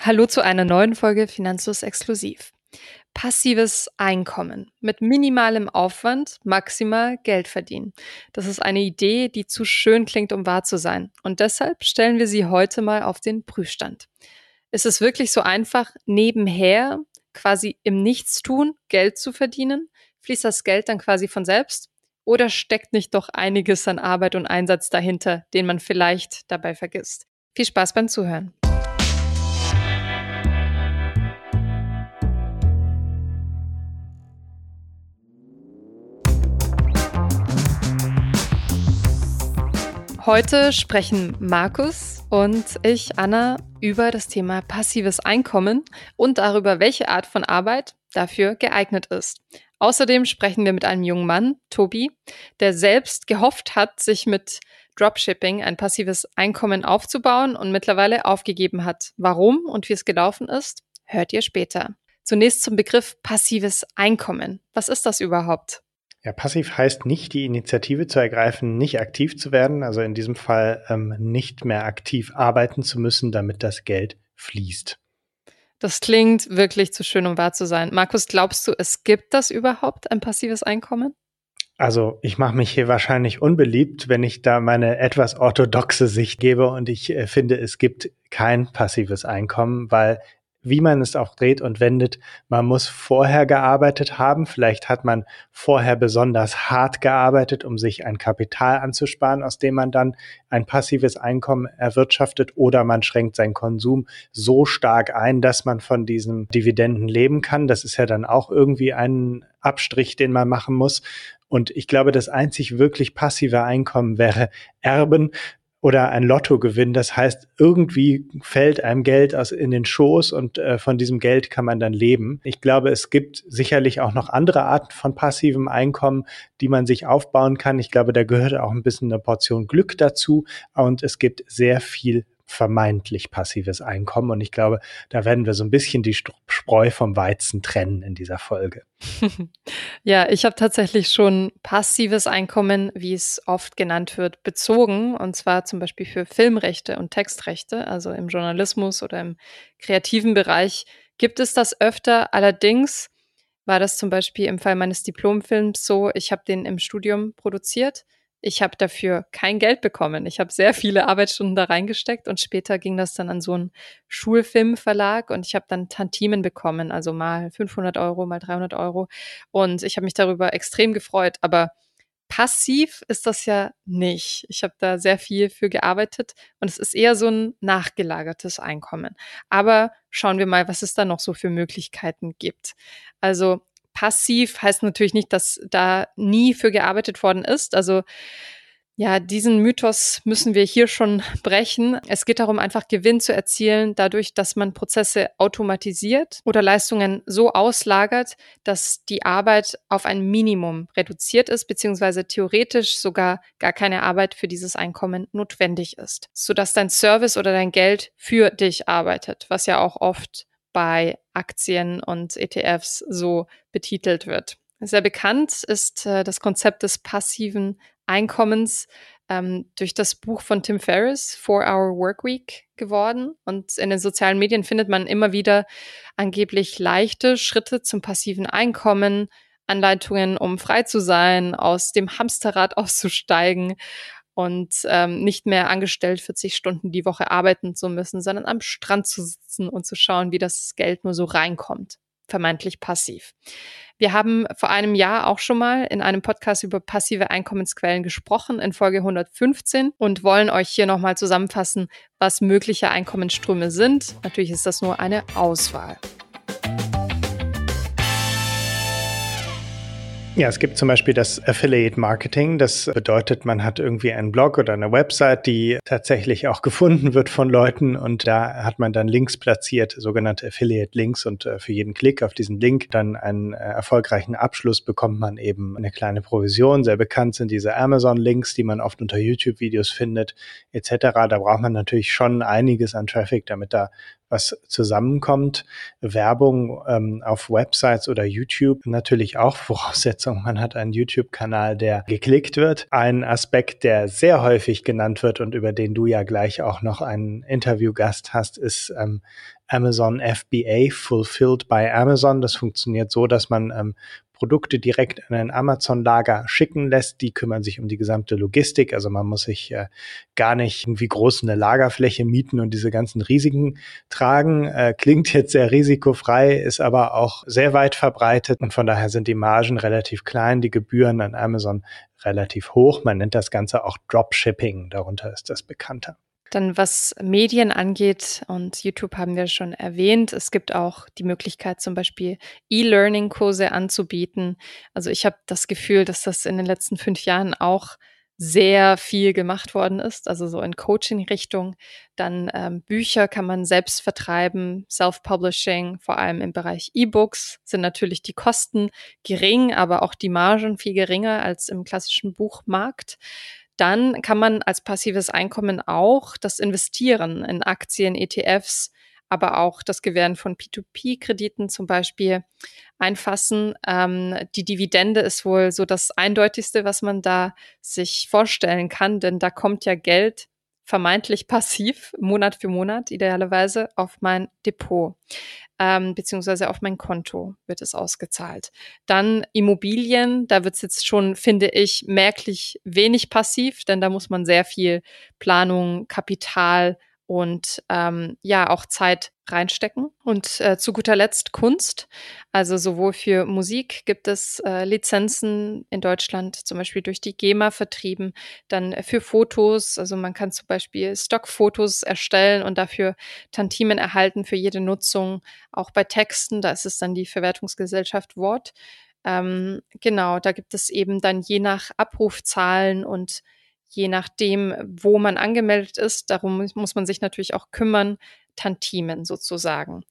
Hallo zu einer neuen Folge Finanzlos Exklusiv. Passives Einkommen. Mit minimalem Aufwand maximal Geld verdienen. Das ist eine Idee, die zu schön klingt, um wahr zu sein. Und deshalb stellen wir sie heute mal auf den Prüfstand. Ist es wirklich so einfach, nebenher, quasi im Nichtstun, Geld zu verdienen? Fließt das Geld dann quasi von selbst? Oder steckt nicht doch einiges an Arbeit und Einsatz dahinter, den man vielleicht dabei vergisst? Viel Spaß beim Zuhören. Heute sprechen Markus und ich, Anna, über das Thema passives Einkommen und darüber, welche Art von Arbeit dafür geeignet ist. Außerdem sprechen wir mit einem jungen Mann, Tobi, der selbst gehofft hat, sich mit Dropshipping ein passives Einkommen aufzubauen und mittlerweile aufgegeben hat. Warum und wie es gelaufen ist, hört ihr später. Zunächst zum Begriff passives Einkommen. Was ist das überhaupt? Ja, passiv heißt nicht, die Initiative zu ergreifen, nicht aktiv zu werden, also in diesem Fall nicht mehr aktiv arbeiten zu müssen, damit das Geld fließt. Das klingt wirklich zu schön, um wahr zu sein. Markus, glaubst du, es gibt das überhaupt, ein passives Einkommen? Also ich mache mich hier wahrscheinlich unbeliebt, wenn ich da meine etwas orthodoxe Sicht gebe und ich finde, es gibt kein passives Einkommen, weil wie man es auch dreht und wendet, man muss vorher gearbeitet haben. Vielleicht hat man vorher besonders hart gearbeitet, um sich ein Kapital anzusparen, aus dem man dann ein passives Einkommen erwirtschaftet, oder man schränkt seinen Konsum so stark ein, dass man von diesen Dividenden leben kann. Das ist ja dann auch irgendwie ein Abstrich, den man machen muss. Und ich glaube, das einzig wirklich passive Einkommen wäre Erben oder ein Lottogewinn. Das heißt, irgendwie fällt einem Geld in den Schoß und von diesem Geld kann man dann leben. Ich glaube, es gibt sicherlich auch noch andere Arten von passivem Einkommen, die man sich aufbauen kann. Ich glaube, da gehört auch ein bisschen eine Portion Glück dazu und es gibt sehr viel vermeintlich passives Einkommen. Und ich glaube, da werden wir so ein bisschen die Spreu vom Weizen trennen in dieser Folge. Ja, ich habe tatsächlich schon passives Einkommen, wie es oft genannt wird, bezogen. Und zwar zum Beispiel für Filmrechte und Textrechte, also im Journalismus oder im kreativen Bereich gibt es das öfter. Allerdings war das zum Beispiel im Fall meines Diplomfilms so, ich habe den im Studium produziert. Ich habe dafür kein Geld bekommen. Ich habe sehr viele Arbeitsstunden da reingesteckt und später ging das dann an so einen Schulfilmverlag und ich habe dann Tantiemen bekommen, also mal 500 Euro, mal 300 Euro. Und ich habe mich darüber extrem gefreut. Aber passiv ist das ja nicht. Ich habe da sehr viel für gearbeitet und es ist eher so ein nachgelagertes Einkommen. Aber schauen wir mal, was es da noch so für Möglichkeiten gibt. Also passiv heißt natürlich nicht, dass da nie für gearbeitet worden ist. Also ja, diesen Mythos müssen wir hier schon brechen. Es geht darum, einfach Gewinn zu erzielen, dadurch, dass man Prozesse automatisiert oder Leistungen so auslagert, dass die Arbeit auf ein Minimum reduziert ist, beziehungsweise theoretisch sogar gar keine Arbeit für dieses Einkommen notwendig ist, sodass dein Service oder dein Geld für dich arbeitet, was ja auch oft bei Aktien und ETFs so betitelt wird. Sehr bekannt ist das Konzept des passiven Einkommens durch das Buch von Tim Ferriss, 4-Hour Workweek, geworden. Und in den sozialen Medien findet man immer wieder angeblich leichte Schritte zum passiven Einkommen, Anleitungen, um frei zu sein, aus dem Hamsterrad auszusteigen und nicht mehr angestellt 40 Stunden die Woche arbeiten zu müssen, sondern am Strand zu sitzen und zu schauen, wie das Geld nur so reinkommt. Vermeintlich passiv. Wir haben vor einem Jahr auch schon mal in einem Podcast über passive Einkommensquellen gesprochen, in Folge 115, und wollen euch hier nochmal zusammenfassen, was mögliche Einkommensströme sind. Natürlich ist das nur eine Auswahl. Ja, es gibt zum Beispiel das Affiliate Marketing. Das bedeutet, man hat irgendwie einen Blog oder eine Website, die tatsächlich auch gefunden wird von Leuten, und da hat man dann Links platziert, sogenannte Affiliate Links, und für jeden Klick auf diesen Link dann einen erfolgreichen Abschluss bekommt man eben eine kleine Provision. Sehr bekannt sind diese Amazon Links, die man oft unter YouTube-Videos findet etc. Da braucht man natürlich schon einiges an Traffic, damit da was zusammenkommt. Werbung auf Websites oder YouTube natürlich auch Voraussetzung. Man hat einen YouTube-Kanal, der geklickt wird. Ein Aspekt, der sehr häufig genannt wird und über den du ja gleich auch noch einen Interviewgast hast, ist Amazon FBA, Fulfilled by Amazon. Das funktioniert so, dass man Produkte direkt an ein Amazon-Lager schicken lässt. Die kümmern sich um die gesamte Logistik. Also man muss sich gar nicht irgendwie groß eine Lagerfläche mieten und diese ganzen Risiken tragen. Klingt jetzt sehr risikofrei, ist aber auch sehr weit verbreitet und von daher sind die Margen relativ klein, die Gebühren an Amazon relativ hoch. Man nennt das Ganze auch Dropshipping, darunter ist das bekannter. Dann was Medien angeht, und YouTube haben wir schon erwähnt, es gibt auch die Möglichkeit, zum Beispiel E-Learning-Kurse anzubieten. Also ich habe das Gefühl, dass das in den letzten 5 Jahren auch sehr viel gemacht worden ist, also so in Coaching-Richtung. Dann Bücher kann man selbst vertreiben, Self-Publishing, vor allem im Bereich E-Books sind natürlich die Kosten gering, aber auch die Margen viel geringer als im klassischen Buchmarkt. Dann kann man als passives Einkommen auch das Investieren in Aktien, ETFs, aber auch das Gewähren von P2P-Krediten zum Beispiel einfassen. Die Dividende ist wohl so das Eindeutigste, was man da sich vorstellen kann, denn da kommt ja Geld vermeintlich passiv, Monat für Monat, idealerweise auf mein Depot, beziehungsweise auf mein Konto wird es ausgezahlt. Dann Immobilien, da wird es jetzt schon, finde ich, merklich wenig passiv, denn da muss man sehr viel Planung, Kapital und ja auch Zeit reinstecken. Und zu guter Letzt Kunst. Also sowohl für Musik gibt es Lizenzen in Deutschland, zum Beispiel durch die GEMA vertrieben, dann für Fotos, also man kann zum Beispiel Stockfotos erstellen und dafür Tantiemen erhalten für jede Nutzung. Auch bei Texten, da ist es dann die Verwertungsgesellschaft Wort. Genau, da gibt es eben dann je nach Abrufzahlen und je nachdem, wo man angemeldet ist, darum muss man sich natürlich auch kümmern, Tantiemen sozusagen.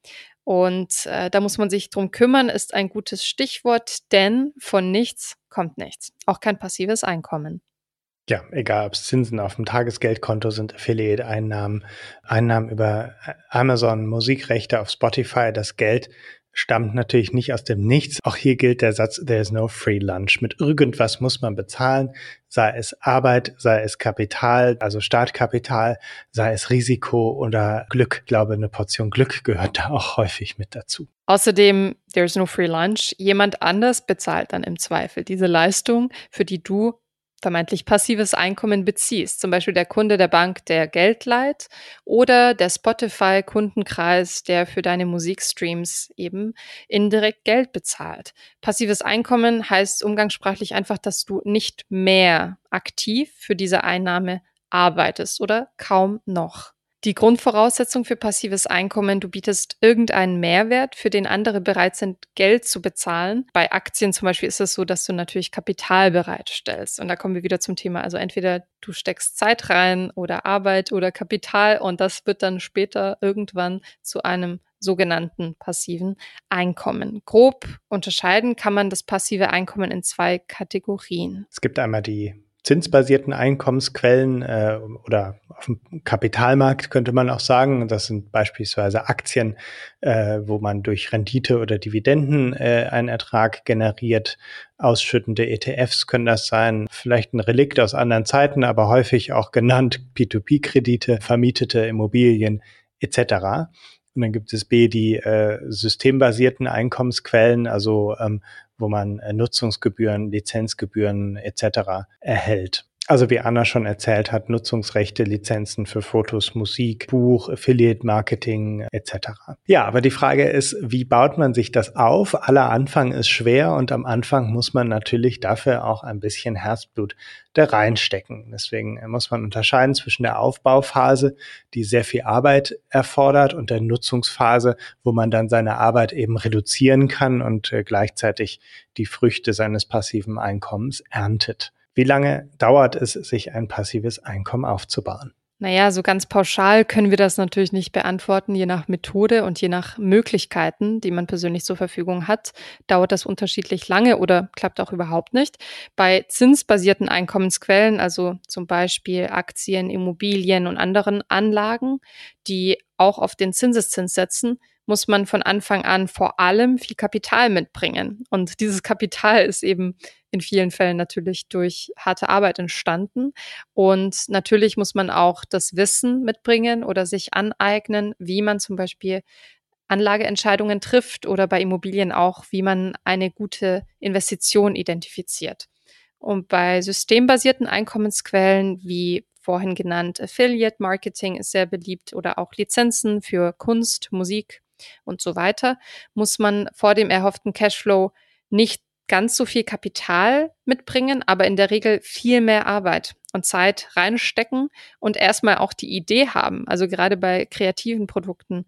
Und da muss man sich drum kümmern, ist ein gutes Stichwort, denn von nichts kommt nichts. Auch kein passives Einkommen. Ja, egal ob es Zinsen auf dem Tagesgeldkonto sind, Affiliate-Einnahmen, Einnahmen über Amazon, Musikrechte auf Spotify, das Geld stammt natürlich nicht aus dem Nichts. Auch hier gilt der Satz, there is no free lunch. Mit irgendwas muss man bezahlen, sei es Arbeit, sei es Kapital, also Startkapital, sei es Risiko oder Glück. Ich glaube, eine Portion Glück gehört da auch häufig mit dazu. Außerdem, there is no free lunch. Jemand anders bezahlt dann im Zweifel diese Leistung, für die du vermeintlich passives Einkommen beziehst. Zum Beispiel der Kunde der Bank, der Geld leiht, oder der Spotify-Kundenkreis, der für deine Musikstreams eben indirekt Geld bezahlt. Passives Einkommen heißt umgangssprachlich einfach, dass du nicht mehr aktiv für diese Einnahme arbeitest oder kaum noch. Die Grundvoraussetzung für passives Einkommen, du bietest irgendeinen Mehrwert, für den andere bereit sind, Geld zu bezahlen. Bei Aktien zum Beispiel ist es so, dass du natürlich Kapital bereitstellst. Und da kommen wir wieder zum Thema. Also entweder du steckst Zeit rein oder Arbeit oder Kapital und das wird dann später irgendwann zu einem sogenannten passiven Einkommen. Grob unterscheiden kann man das passive Einkommen in 2 Kategorien. Es gibt einmal die zinsbasierten Einkommensquellen oder auf dem Kapitalmarkt könnte man auch sagen. Das sind beispielsweise Aktien, wo man durch Rendite oder Dividenden einen Ertrag generiert. Ausschüttende ETFs können das sein. Vielleicht ein Relikt aus anderen Zeiten, aber häufig auch genannt P2P-Kredite, vermietete Immobilien etc. Und dann gibt es die systembasierten Einkommensquellen, also wo man Nutzungsgebühren, Lizenzgebühren etc. erhält. Also wie Anna schon erzählt hat, Nutzungsrechte, Lizenzen für Fotos, Musik, Buch, Affiliate-Marketing etc. Ja, aber die Frage ist, wie baut man sich das auf? Aller Anfang ist schwer und am Anfang muss man natürlich dafür auch ein bisschen Herzblut da reinstecken. Deswegen muss man unterscheiden zwischen der Aufbauphase, die sehr viel Arbeit erfordert, und der Nutzungsphase, wo man dann seine Arbeit eben reduzieren kann und gleichzeitig die Früchte seines passiven Einkommens erntet. Wie lange dauert es, sich ein passives Einkommen aufzubauen? Naja, so ganz pauschal können wir das natürlich nicht beantworten. Je nach Methode und je nach Möglichkeiten, die man persönlich zur Verfügung hat, dauert das unterschiedlich lange oder klappt auch überhaupt nicht. Bei zinsbasierten Einkommensquellen, also zum Beispiel Aktien, Immobilien und anderen Anlagen, die auch auf den Zinseszins setzen, muss man von Anfang an vor allem viel Kapital mitbringen. Und dieses Kapital ist eben in vielen Fällen natürlich durch harte Arbeit entstanden. Und natürlich muss man auch das Wissen mitbringen oder sich aneignen, wie man zum Beispiel Anlageentscheidungen trifft oder bei Immobilien auch, wie man eine gute Investition identifiziert. Und bei systembasierten Einkommensquellen wie vorhin genannt Affiliate Marketing ist sehr beliebt oder auch Lizenzen für Kunst, Musik und so weiter, muss man vor dem erhofften Cashflow nicht ganz so viel Kapital mitbringen, aber in der Regel viel mehr Arbeit und Zeit reinstecken und erstmal auch die Idee haben. Also gerade bei kreativen Produkten,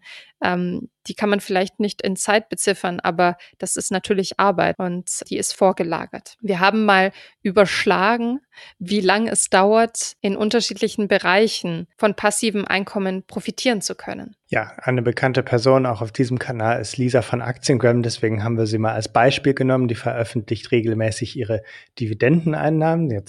die kann man vielleicht nicht in Zeit beziffern, aber das ist natürlich Arbeit und die ist vorgelagert. Wir haben mal überschlagen, wie lange es dauert, in unterschiedlichen Bereichen von passivem Einkommen profitieren zu können. Ja, eine bekannte Person auch auf diesem Kanal ist Lisa von Aktiengram. Deswegen haben wir sie mal als Beispiel genommen. Die veröffentlicht regelmäßig ihre Dividendeneinnahmen. Sie hat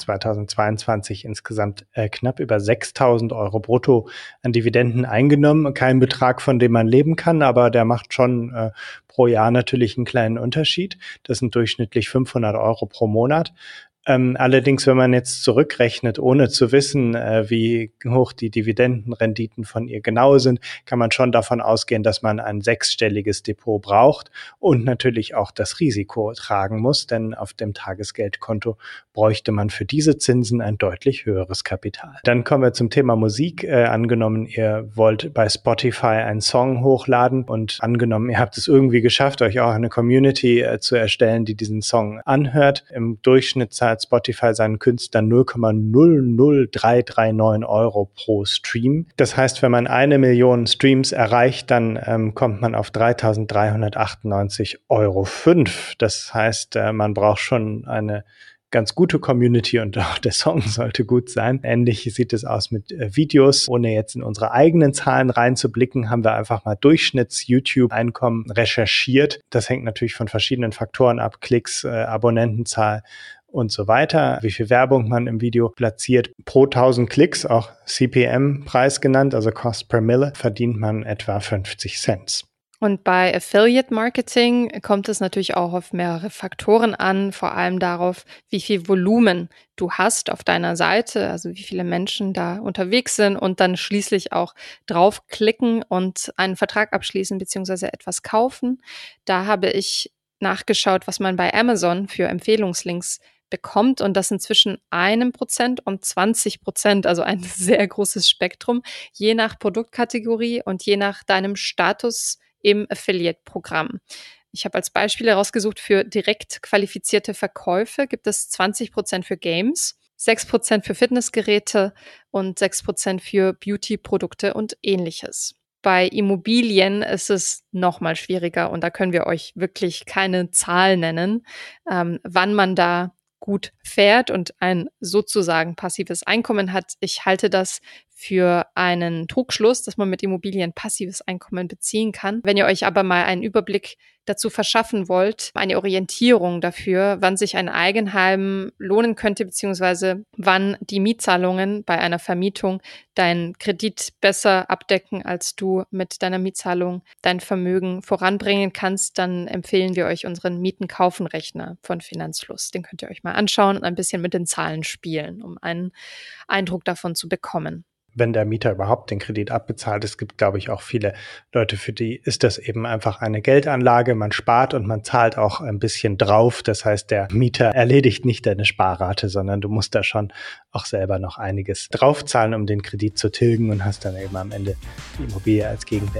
2022 insgesamt knapp über 6.000 Euro brutto an Dividenden eingenommen. Kein Betrag, von dem man leben kann, aber der macht schon pro Jahr natürlich einen kleinen Unterschied. Das sind durchschnittlich 500 Euro pro Monat. Allerdings, wenn man jetzt zurückrechnet, ohne zu wissen, wie hoch die Dividendenrenditen von ihr genau sind, kann man schon davon ausgehen, dass man ein sechsstelliges Depot braucht und natürlich auch das Risiko tragen muss, denn auf dem Tagesgeldkonto bräuchte man für diese Zinsen ein deutlich höheres Kapital. Dann kommen wir zum Thema Musik. Angenommen, ihr wollt bei Spotify einen Song hochladen und angenommen, ihr habt es irgendwie geschafft, euch auch eine Community zu erstellen, die diesen Song anhört. Im Durchschnitt zahlt Spotify seinen Künstlern 0,00339 Euro pro Stream. Das heißt, wenn man 1 Million Streams erreicht, dann kommt man auf 3.398,05 Euro. Das heißt, man braucht schon eine ganz gute Community und auch der Song sollte gut sein. Ähnlich sieht es aus mit Videos. Ohne jetzt in unsere eigenen Zahlen reinzublicken, haben wir einfach mal Durchschnitts-YouTube-Einkommen recherchiert. Das hängt natürlich von verschiedenen Faktoren ab, Klicks, Abonnentenzahl und so weiter, wie viel Werbung man im Video platziert. Pro 1000 Klicks, auch CPM-Preis genannt, also Cost per Mille, verdient man etwa 50 Cent. Und bei Affiliate Marketing kommt es natürlich auch auf mehrere Faktoren an, vor allem darauf, wie viel Volumen du hast auf deiner Seite, also wie viele Menschen da unterwegs sind und dann schließlich auch draufklicken und einen Vertrag abschließen bzw. etwas kaufen. Da habe ich nachgeschaut, was man bei Amazon für Empfehlungslinks bekommt und das sind zwischen 1% und 20%, also ein sehr großes Spektrum, je nach Produktkategorie und je nach deinem Status im Affiliate-Programm. Ich habe als Beispiel herausgesucht, für direkt qualifizierte Verkäufe gibt es 20% für Games, 6% für Fitnessgeräte und 6% für Beauty-Produkte und ähnliches. Bei Immobilien ist es noch mal schwieriger und da können wir euch wirklich keine Zahl nennen, wann man da gut fährt und ein sozusagen passives Einkommen hat. Ich halte das für einen Trugschluss, dass man mit Immobilien passives Einkommen beziehen kann. Wenn ihr euch aber mal einen Überblick dazu verschaffen wollt, eine Orientierung dafür, wann sich ein Eigenheim lohnen könnte, beziehungsweise wann die Mietzahlungen bei einer Vermietung deinen Kredit besser abdecken, als du mit deiner Mietzahlung dein Vermögen voranbringen kannst, dann empfehlen wir euch unseren Mieten-Kaufen-Rechner von Finanzfluss. Den könnt ihr euch mal anschauen und ein bisschen mit den Zahlen spielen, um einen Eindruck davon zu bekommen. Wenn der Mieter überhaupt den Kredit abbezahlt. Es gibt, glaube ich, auch viele Leute, für die ist das eben einfach eine Geldanlage. Man spart und man zahlt auch ein bisschen drauf. Das heißt, der Mieter erledigt nicht deine Sparrate, sondern du musst da schon auch selber noch einiges draufzahlen, um den Kredit zu tilgen und hast dann eben am Ende die Immobilie als Gegenwert.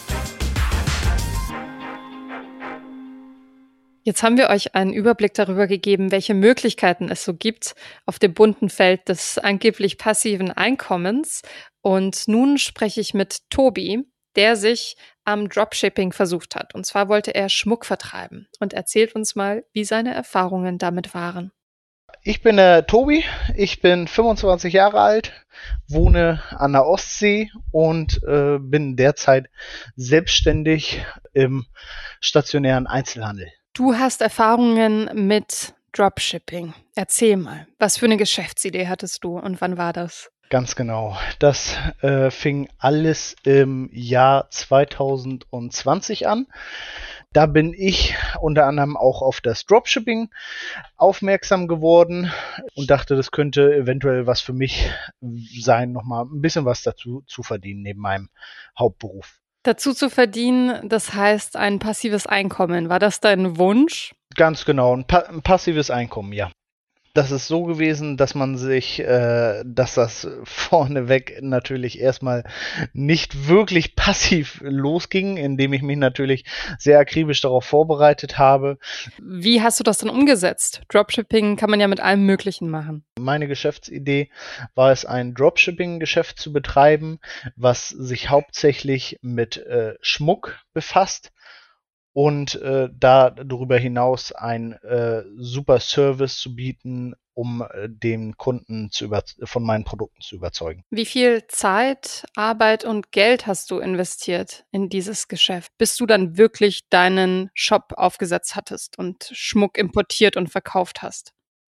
Jetzt haben wir euch einen Überblick darüber gegeben, welche Möglichkeiten es so gibt auf dem bunten Feld des angeblich passiven Einkommens. Und nun spreche ich mit Tobi, der sich am Dropshipping versucht hat. Und zwar wollte er Schmuck vertreiben und erzählt uns mal, wie seine Erfahrungen damit waren. Ich bin der Tobi, ich bin 25 Jahre alt, wohne an der Ostsee und bin derzeit selbstständig im stationären Einzelhandel. Du hast Erfahrungen mit Dropshipping. Erzähl mal, was für eine Geschäftsidee hattest du und wann war das? Ganz genau. Das fing alles im Jahr 2020 an. Da bin ich unter anderem auch auf das Dropshipping aufmerksam geworden und dachte, das könnte eventuell was für mich sein, nochmal ein bisschen was dazu zu verdienen neben meinem Hauptberuf. Dazu zu verdienen, das heißt ein passives Einkommen. War das dein Wunsch? Ganz genau, ein passives Einkommen, ja. Das ist so gewesen, dass man sich, dass das vorneweg natürlich erstmal nicht wirklich passiv losging, indem ich mich natürlich sehr akribisch darauf vorbereitet habe. Wie hast du das dann umgesetzt? Dropshipping kann man ja mit allem Möglichen machen. Meine Geschäftsidee war es, ein Dropshipping-Geschäft zu betreiben, was sich hauptsächlich mit Schmuck befasst und darüber hinaus ein super Service zu bieten, um den Kunden von meinen Produkten zu überzeugen. Wie viel Zeit, Arbeit und Geld hast du investiert in dieses Geschäft, bis du dann wirklich deinen Shop aufgesetzt hattest und Schmuck importiert und verkauft hast?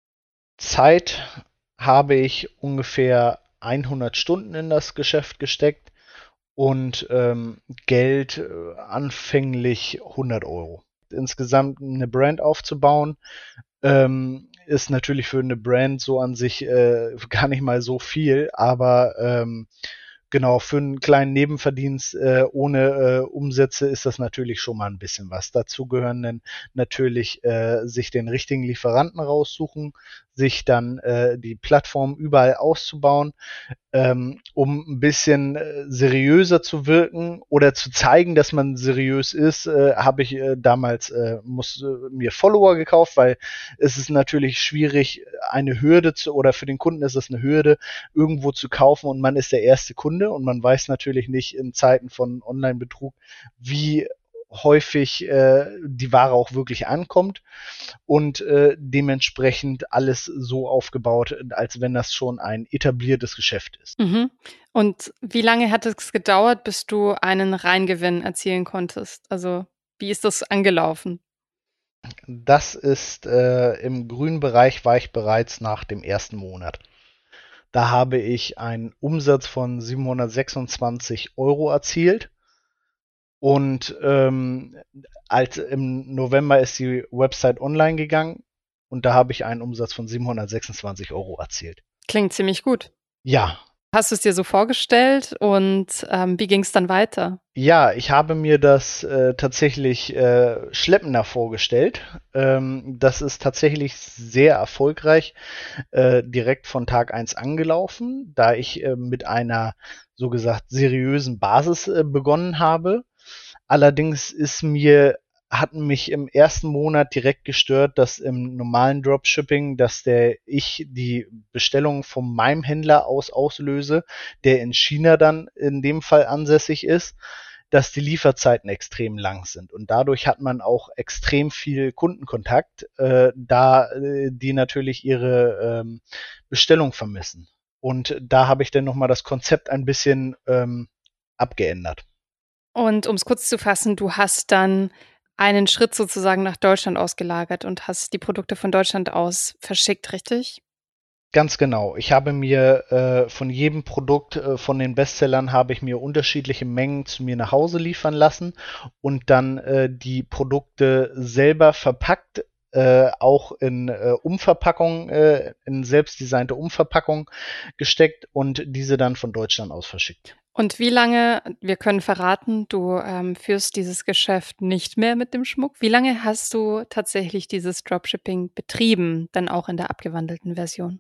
Zeit habe ich ungefähr 100 Stunden in das Geschäft gesteckt und Geld anfänglich 100 Euro. Insgesamt eine Brand aufzubauen, ist natürlich für eine Brand so an sich gar nicht mal so viel, aber genau, für einen kleinen Nebenverdienst ohne Umsätze ist das natürlich schon mal ein bisschen was. Dazu gehören dann natürlich sich den richtigen Lieferanten raussuchen, sich dann die Plattform überall auszubauen, um ein bisschen seriöser zu wirken oder zu zeigen, dass man seriös ist, habe ich damals mir Follower gekauft, weil es ist natürlich schwierig, eine Hürde oder für den Kunden ist es eine Hürde, irgendwo zu kaufen und man ist der erste Kunde und man weiß natürlich nicht in Zeiten von Online-Betrug, wie häufig die Ware auch wirklich ankommt und dementsprechend alles so aufgebaut, als wenn das schon ein etabliertes Geschäft ist. Mhm. Und wie lange hat es gedauert, bis du einen Reingewinn erzielen konntest? Also, wie ist das angelaufen? Das ist im grünen Bereich war ich bereits nach dem ersten Monat. Da habe ich einen Umsatz von 726 Euro erzielt und als im November ist die Website online gegangen und da habe ich einen Umsatz von 726 Euro erzielt. Klingt ziemlich gut. Ja, Hast du es dir so vorgestellt und, wie ging es dann weiter? ja, ich habe mir das tatsächlich schleppender vorgestellt. Das ist tatsächlich sehr erfolgreich direkt von Tag eins angelaufen, da ich mit einer so gesagt seriösen Basis begonnen habe. Allerdings hatten mich im ersten Monat direkt gestört, dass im normalen Dropshipping, ich die Bestellung von meinem Händler aus auslöse, der in China dann in dem Fall ansässig ist, dass die Lieferzeiten extrem lang sind. Und dadurch hat man auch extrem viel Kundenkontakt, da die natürlich ihre Bestellung vermissen. Und da habe ich dann nochmal das Konzept ein bisschen abgeändert. Und um es kurz zu fassen, du hast dann einen Schritt sozusagen nach Deutschland ausgelagert und hast die Produkte von Deutschland aus verschickt, richtig? Ganz genau. Ich habe mir von jedem Produkt von den Bestsellern habe ich mir unterschiedliche Mengen zu mir nach Hause liefern lassen und dann die Produkte selber verpackt, auch in Umverpackung, in selbstdesignte Umverpackung gesteckt und diese dann von Deutschland aus verschickt. Und wie lange wir können verraten, du, führst dieses Geschäft nicht mehr mit dem Schmuck. Wie lange hast du tatsächlich dieses Dropshipping betrieben, dann auch in der abgewandelten Version?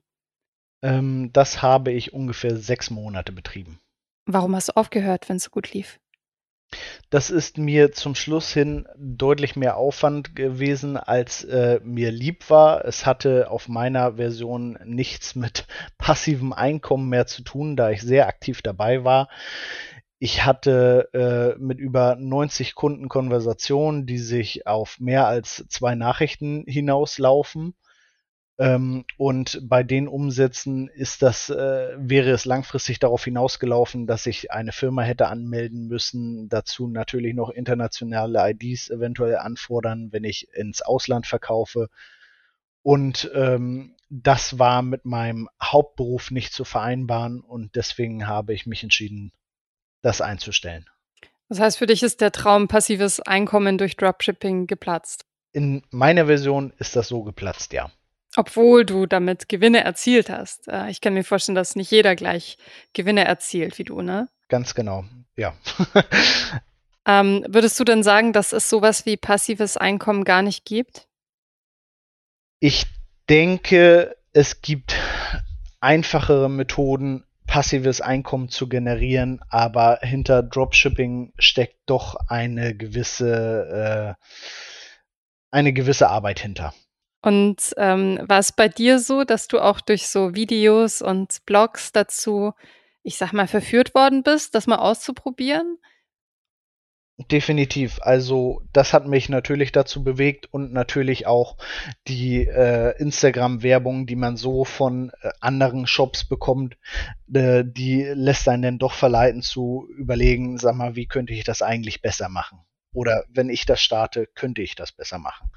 Das habe ich ungefähr 6 Monate betrieben. Warum hast du aufgehört, wenn es so gut lief? Das ist mir zum Schluss hin deutlich mehr Aufwand gewesen, als mir lieb war. Es hatte auf meiner Version nichts mit passivem Einkommen mehr zu tun, da ich sehr aktiv dabei war. Ich hatte mit über 90 Kunden Konversationen, die sich auf mehr als 2 Nachrichten hinauslaufen. Und bei den Umsätzen wäre es langfristig darauf hinausgelaufen, dass ich eine Firma hätte anmelden müssen, dazu natürlich noch internationale IDs eventuell anfordern, wenn ich ins Ausland verkaufe. Und das war mit meinem Hauptberuf nicht zu vereinbaren und deswegen habe ich mich entschieden, das einzustellen. Das heißt, für dich ist der Traum passives Einkommen durch Dropshipping geplatzt, In meiner Version ist das so geplatzt, ja. obwohl du damit Gewinne erzielt hast. Ich kann mir vorstellen, dass nicht jeder gleich Gewinne erzielt wie du, ne? Ganz genau, ja. Würdest du denn sagen, dass es sowas wie passives Einkommen gar nicht gibt? Ich denke, es gibt einfachere Methoden, passives Einkommen zu generieren, aber hinter Dropshipping steckt doch eine gewisse Arbeit hinter. Und war es bei dir so, dass du auch durch so Videos und Blogs dazu, ich sag mal, verführt worden bist, das mal auszuprobieren? Definitiv. Also das hat mich natürlich dazu bewegt und natürlich auch die Instagram-Werbung, die man so von anderen Shops bekommt, die lässt einen dann doch verleiten zu überlegen, sag mal, wie könnte ich das eigentlich besser machen? Oder wenn ich das starte, könnte ich das besser machen?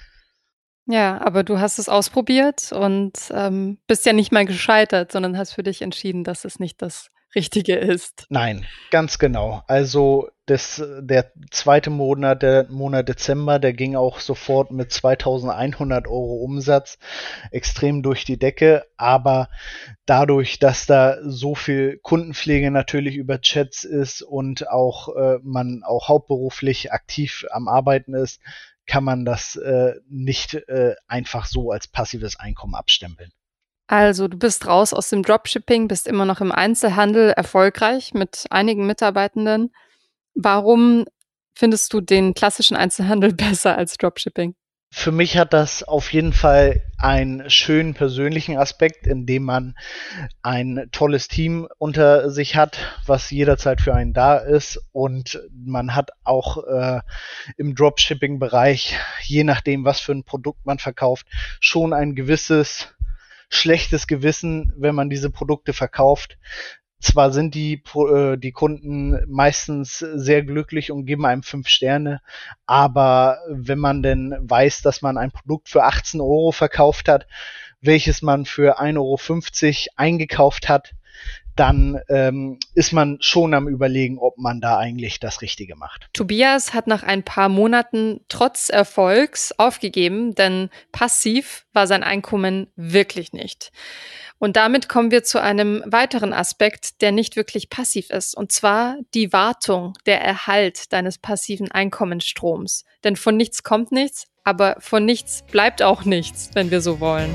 Ja, aber du hast es ausprobiert und bist ja nicht mal gescheitert, sondern hast für dich entschieden, dass es nicht das Richtige ist. Nein, ganz genau. Also der zweite Monat, der Monat Dezember, der ging auch sofort mit 2.100 Euro Umsatz extrem durch die Decke. Aber dadurch, dass da so viel Kundenpflege natürlich über Chats ist und auch man auch hauptberuflich aktiv am Arbeiten ist, kann man das nicht einfach so als passives Einkommen abstempeln. Also, du bist raus aus dem Dropshipping, bist immer noch im Einzelhandel erfolgreich mit einigen Mitarbeitenden. Warum findest du den klassischen Einzelhandel besser als Dropshipping? Für mich hat das auf jeden Fall einen schönen persönlichen Aspekt, in dem man ein tolles Team unter sich hat, was jederzeit für einen da ist. Und man hat auch im Dropshipping-Bereich, je nachdem, was für ein Produkt man verkauft, schon ein gewisses schlechtes Gewissen, wenn man diese Produkte verkauft. Zwar sind die Kunden meistens sehr glücklich und geben einem 5 Sterne, aber wenn man denn weiß, dass man ein Produkt für 18 Euro verkauft hat, welches man für 1,50 Euro eingekauft hat, dann ist man schon am Überlegen, ob man da eigentlich das Richtige macht. Tobias hat nach ein paar Monaten trotz Erfolgs aufgegeben, denn passiv war sein Einkommen wirklich nicht. Und damit kommen wir zu einem weiteren Aspekt, der nicht wirklich passiv ist, und zwar die Wartung, der Erhalt deines passiven Einkommensstroms. Denn von nichts kommt nichts, aber von nichts bleibt auch nichts, wenn wir so wollen.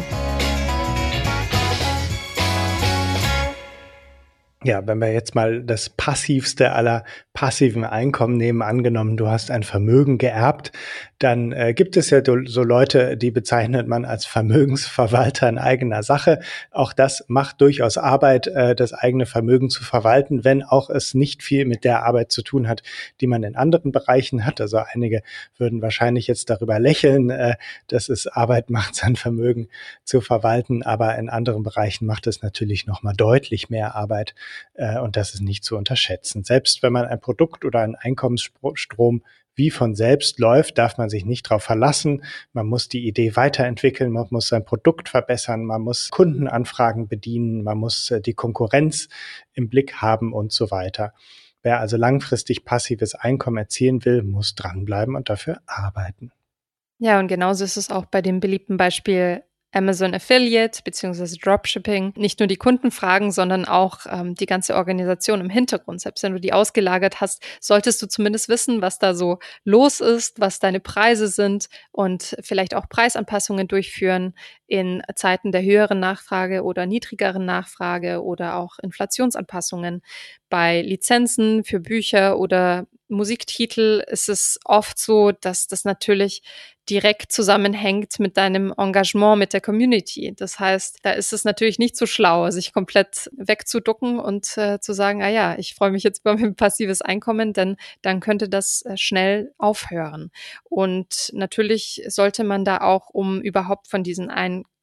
Ja, wenn wir jetzt mal das passivste aller passiven Einkommen nehmen, angenommen, du hast ein Vermögen geerbt, dann gibt es ja so Leute, die bezeichnet man als Vermögensverwalter in eigener Sache. Auch das macht durchaus Arbeit, das eigene Vermögen zu verwalten, wenn auch es nicht viel mit der Arbeit zu tun hat, die man in anderen Bereichen hat. Also einige würden wahrscheinlich jetzt darüber lächeln, dass es Arbeit macht, sein Vermögen zu verwalten, aber in anderen Bereichen macht es natürlich noch mal deutlich mehr Arbeit. Und das ist nicht zu unterschätzen. Selbst wenn man ein Produkt oder einen Einkommensstrom wie von selbst läuft, darf man sich nicht darauf verlassen. Man muss die Idee weiterentwickeln, man muss sein Produkt verbessern, man muss Kundenanfragen bedienen, man muss die Konkurrenz im Blick haben und so weiter. Wer also langfristig passives Einkommen erzielen will, muss dranbleiben und dafür arbeiten. Ja, und genauso ist es auch bei dem beliebten Beispiel Amazon Affiliate beziehungsweise Dropshipping. Nicht nur die Kunden fragen, sondern auch die ganze Organisation im Hintergrund. Selbst wenn du die ausgelagert hast, solltest du zumindest wissen, was da so los ist, was deine Preise sind und vielleicht auch Preisanpassungen durchführen in Zeiten der höheren Nachfrage oder niedrigeren Nachfrage oder auch Inflationsanpassungen. Bei Lizenzen für Bücher oder Musiktitel ist es oft so, dass das natürlich direkt zusammenhängt mit deinem Engagement mit der Community. Das heißt, da ist es natürlich nicht so schlau, sich komplett wegzuducken und zu sagen, ah ja, ich freue mich jetzt über mein passives Einkommen, denn dann könnte das schnell aufhören. Und natürlich sollte man da auch, um überhaupt von diesen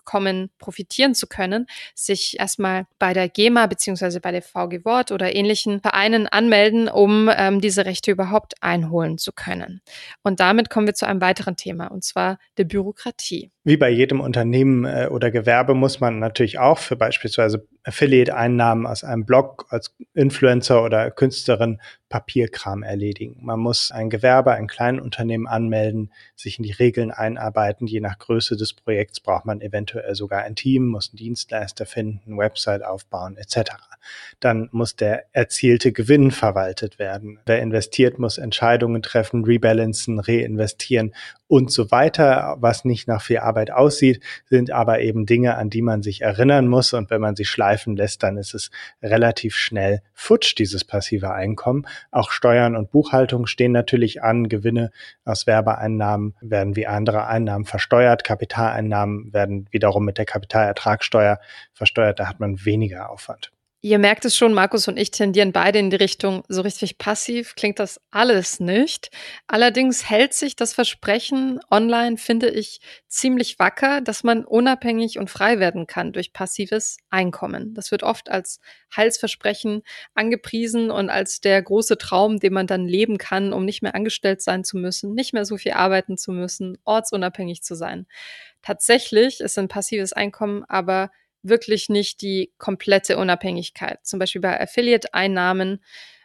Einkommen profitieren zu können, sich erstmal bei der GEMA bzw. bei der VG Wort oder ähnlichen Vereinen anmelden, um diese Rechte überhaupt einholen zu können. Und damit kommen wir zu einem weiteren Thema, und zwar der Bürokratie. Wie bei jedem Unternehmen oder Gewerbe muss man natürlich auch für beispielsweise Affiliate-Einnahmen aus einem Blog als Influencer oder Künstlerin Papierkram erledigen. Man muss ein Gewerbe, ein Kleinunternehmen anmelden, sich in die Regeln einarbeiten. Je nach Größe des Projekts braucht man eventuell sogar ein Team, muss einen Dienstleister finden, Website aufbauen etc. Dann muss der erzielte Gewinn verwaltet werden. Wer investiert, muss Entscheidungen treffen, rebalancen, reinvestieren und so weiter. Was nicht nach viel Arbeit aussieht, sind aber eben Dinge, an die man sich erinnern muss. Und wenn man sie schleifen lässt, dann ist es relativ schnell futsch, dieses passive Einkommen. Auch Steuern und Buchhaltung stehen natürlich an. Gewinne aus Werbeeinnahmen werden wie andere Einnahmen versteuert. Kapitaleinnahmen werden wiederum mit der Kapitalertragssteuer versteuert. Da hat man weniger Aufwand. Ihr merkt es schon, Markus und ich tendieren beide in die Richtung, so richtig passiv klingt das alles nicht. Allerdings hält sich das Versprechen online, finde ich, ziemlich wacker, dass man unabhängig und frei werden kann durch passives Einkommen. Das wird oft als Heilsversprechen angepriesen und als der große Traum, den man dann leben kann, um nicht mehr angestellt sein zu müssen, nicht mehr so viel arbeiten zu müssen, ortsunabhängig zu sein. Tatsächlich ist ein passives Einkommen aber wirklich nicht die komplette Unabhängigkeit. Zum Beispiel bei Affiliate-Einnahmen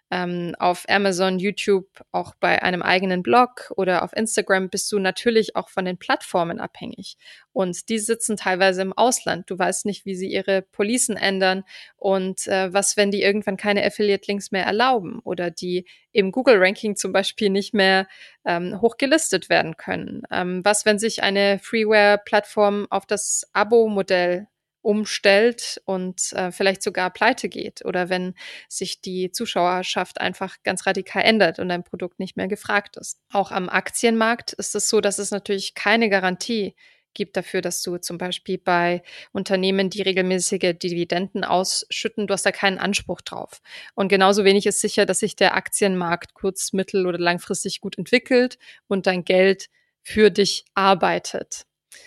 auf Amazon, YouTube, auch bei einem eigenen Blog oder auf Instagram bist du natürlich auch von den Plattformen abhängig. Und die sitzen teilweise im Ausland. Du weißt nicht, wie sie ihre Policen ändern und was, wenn die irgendwann keine Affiliate-Links mehr erlauben oder die im Google-Ranking zum Beispiel nicht mehr hochgelistet werden können. Was, wenn sich eine Freeware-Plattform auf das Abo-Modell umstellt und vielleicht sogar pleite geht oder wenn sich die Zuschauerschaft einfach ganz radikal ändert und dein Produkt nicht mehr gefragt ist. Auch am Aktienmarkt ist es so, dass es natürlich keine Garantie gibt dafür, dass du zum Beispiel bei Unternehmen, die regelmäßige Dividenden ausschütten, du hast da keinen Anspruch drauf. Und genauso wenig ist sicher, dass sich der Aktienmarkt kurz-, mittel- oder langfristig gut entwickelt und dein Geld für dich arbeitet.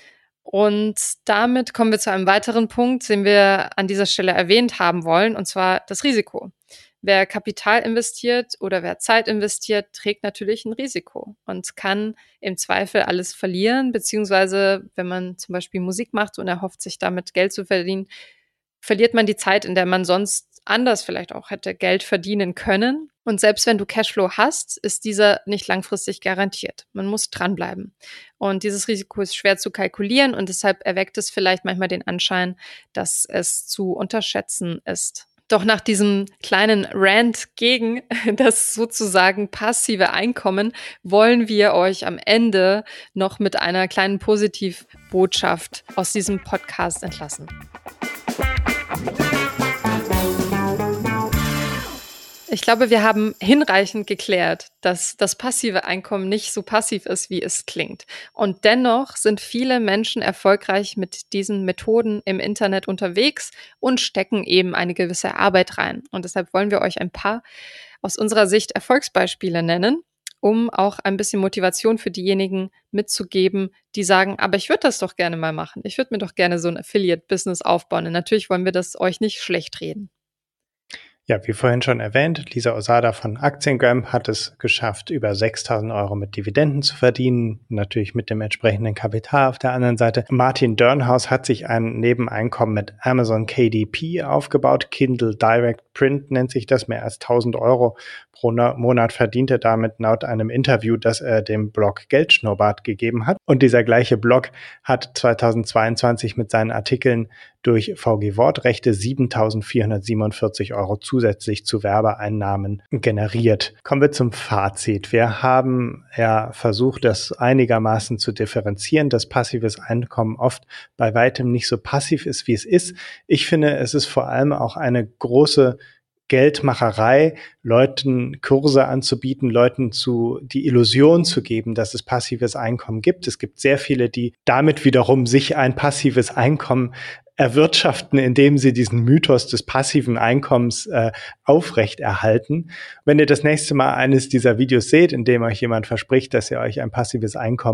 Und damit kommen wir zu einem weiteren Punkt, den wir an dieser Stelle erwähnt haben wollen, und zwar das Risiko. Wer Kapital investiert oder wer Zeit investiert, trägt natürlich ein Risiko und kann im Zweifel alles verlieren, beziehungsweise wenn man zum Beispiel Musik macht und erhofft, sich damit Geld zu verdienen, verliert man die Zeit, in der man sonst anders vielleicht auch hätte Geld verdienen können. Und selbst wenn du Cashflow hast, ist dieser nicht langfristig garantiert. Man muss dranbleiben. Und dieses Risiko ist schwer zu kalkulieren und deshalb erweckt es vielleicht manchmal den Anschein, dass es zu unterschätzen ist. Doch nach diesem kleinen Rant gegen das sozusagen passive Einkommen wollen wir euch am Ende noch mit einer kleinen Positivbotschaft aus diesem Podcast entlassen. Ich glaube, wir haben hinreichend geklärt, dass das passive Einkommen nicht so passiv ist, wie es klingt. Und dennoch sind viele Menschen erfolgreich mit diesen Methoden im Internet unterwegs und stecken eben eine gewisse Arbeit rein. Und deshalb wollen wir euch ein paar aus unserer Sicht Erfolgsbeispiele nennen, um auch ein bisschen Motivation für diejenigen mitzugeben, die sagen, aber ich würde das doch gerne mal machen. Ich würde mir doch gerne so ein Affiliate-Business aufbauen. Und natürlich wollen wir das euch nicht schlecht reden. Ja, wie vorhin schon erwähnt, Lisa Osada von Aktiengram hat es geschafft, über 6.000 Euro mit Dividenden zu verdienen, natürlich mit dem entsprechenden Kapital auf der anderen Seite. Martin Dörnhaus hat sich ein Nebeneinkommen mit Amazon KDP aufgebaut, Kindle Direct Print nennt sich das, mehr als 1.000 Euro pro Monat verdient er damit laut einem Interview, das er dem Blog Geldschnurrbart gegeben hat. Und dieser gleiche Blog hat 2022 mit seinen Artikeln durch VG Wortrechte 7.447 Euro zusätzlich zu Werbeeinnahmen generiert. Kommen wir zum Fazit. Wir haben ja versucht, das einigermaßen zu differenzieren, dass passives Einkommen oft bei weitem nicht so passiv ist, wie es ist. Ich finde, es ist vor allem auch eine große Geldmacherei, Leuten Kurse anzubieten, Leuten die Illusion zu geben, dass es passives Einkommen gibt. Es gibt sehr viele, die damit wiederum sich ein passives Einkommen erwirtschaften, indem sie diesen Mythos des passiven Einkommens aufrechterhalten. Wenn ihr das nächste Mal eines dieser Videos seht, in dem euch jemand verspricht, dass er euch ein passives Einkommen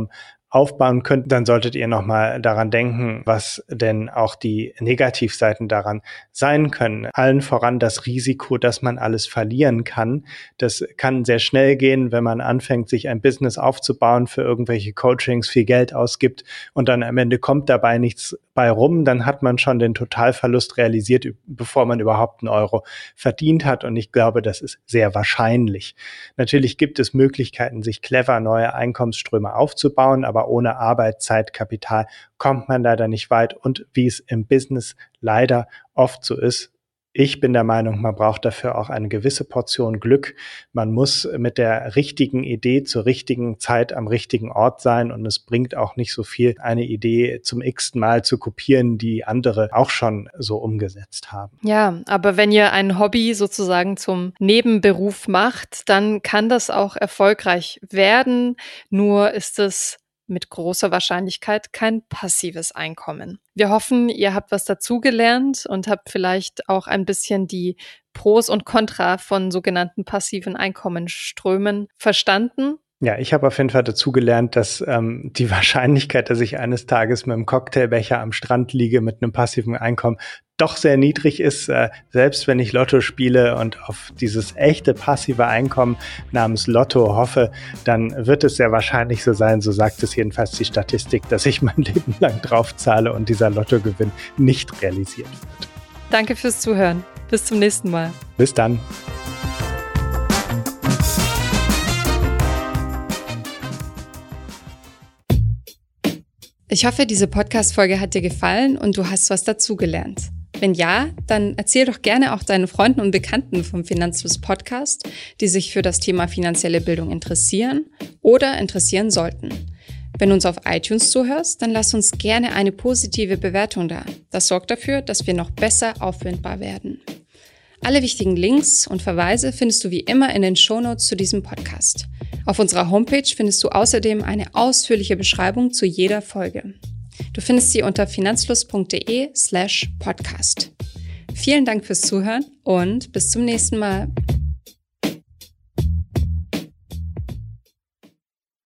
aufbauen könnt, dann solltet ihr nochmal daran denken, was denn auch die Negativseiten daran sein können. Allen voran das Risiko, dass man alles verlieren kann. Das kann sehr schnell gehen, wenn man anfängt, sich ein Business aufzubauen, für irgendwelche Coachings viel Geld ausgibt und dann am Ende kommt dabei nichts bei rum, dann hat man schon den Totalverlust realisiert, bevor man überhaupt einen Euro verdient hat. Und ich glaube, das ist sehr wahrscheinlich. Natürlich gibt es Möglichkeiten, sich clever neue Einkommensströme aufzubauen, aber ohne Arbeit, Zeit, Kapital kommt man leider nicht weit. Und wie es im Business leider oft so ist, ich bin der Meinung, man braucht dafür auch eine gewisse Portion Glück. Man muss mit der richtigen Idee zur richtigen Zeit am richtigen Ort sein und es bringt auch nicht so viel, eine Idee zum x-ten Mal zu kopieren, die andere auch schon so umgesetzt haben. Ja, aber wenn ihr ein Hobby sozusagen zum Nebenberuf macht, dann kann das auch erfolgreich werden. Nur ist es mit großer Wahrscheinlichkeit kein passives Einkommen. Wir hoffen, ihr habt was dazugelernt und habt vielleicht auch ein bisschen die Pros und Contra von sogenannten passiven Einkommensströmen verstanden. Ja, ich habe auf jeden Fall dazugelernt, dass die Wahrscheinlichkeit, dass ich eines Tages mit einem Cocktailbecher am Strand liege mit einem passiven Einkommen, doch sehr niedrig ist, selbst wenn ich Lotto spiele und auf dieses echte passive Einkommen namens Lotto hoffe, dann wird es sehr wahrscheinlich so sein, so sagt es jedenfalls die Statistik, dass ich mein Leben lang draufzahle und dieser Lottogewinn nicht realisiert wird. Danke fürs Zuhören. Bis zum nächsten Mal. Bis dann. Ich hoffe, diese Podcast-Folge hat dir gefallen und du hast was dazugelernt. Wenn ja, dann erzähl doch gerne auch deinen Freunden und Bekannten vom Finanzfluss Podcast, die sich für das Thema finanzielle Bildung interessieren oder interessieren sollten. Wenn du uns auf iTunes zuhörst, dann lass uns gerne eine positive Bewertung da. Das sorgt dafür, dass wir noch besser auffindbar werden. Alle wichtigen Links und Verweise findest du wie immer in den Shownotes zu diesem Podcast. Auf unserer Homepage findest du außerdem eine ausführliche Beschreibung zu jeder Folge. Du findest sie unter finanzfluss.de/podcast. Vielen Dank fürs Zuhören und bis zum nächsten Mal.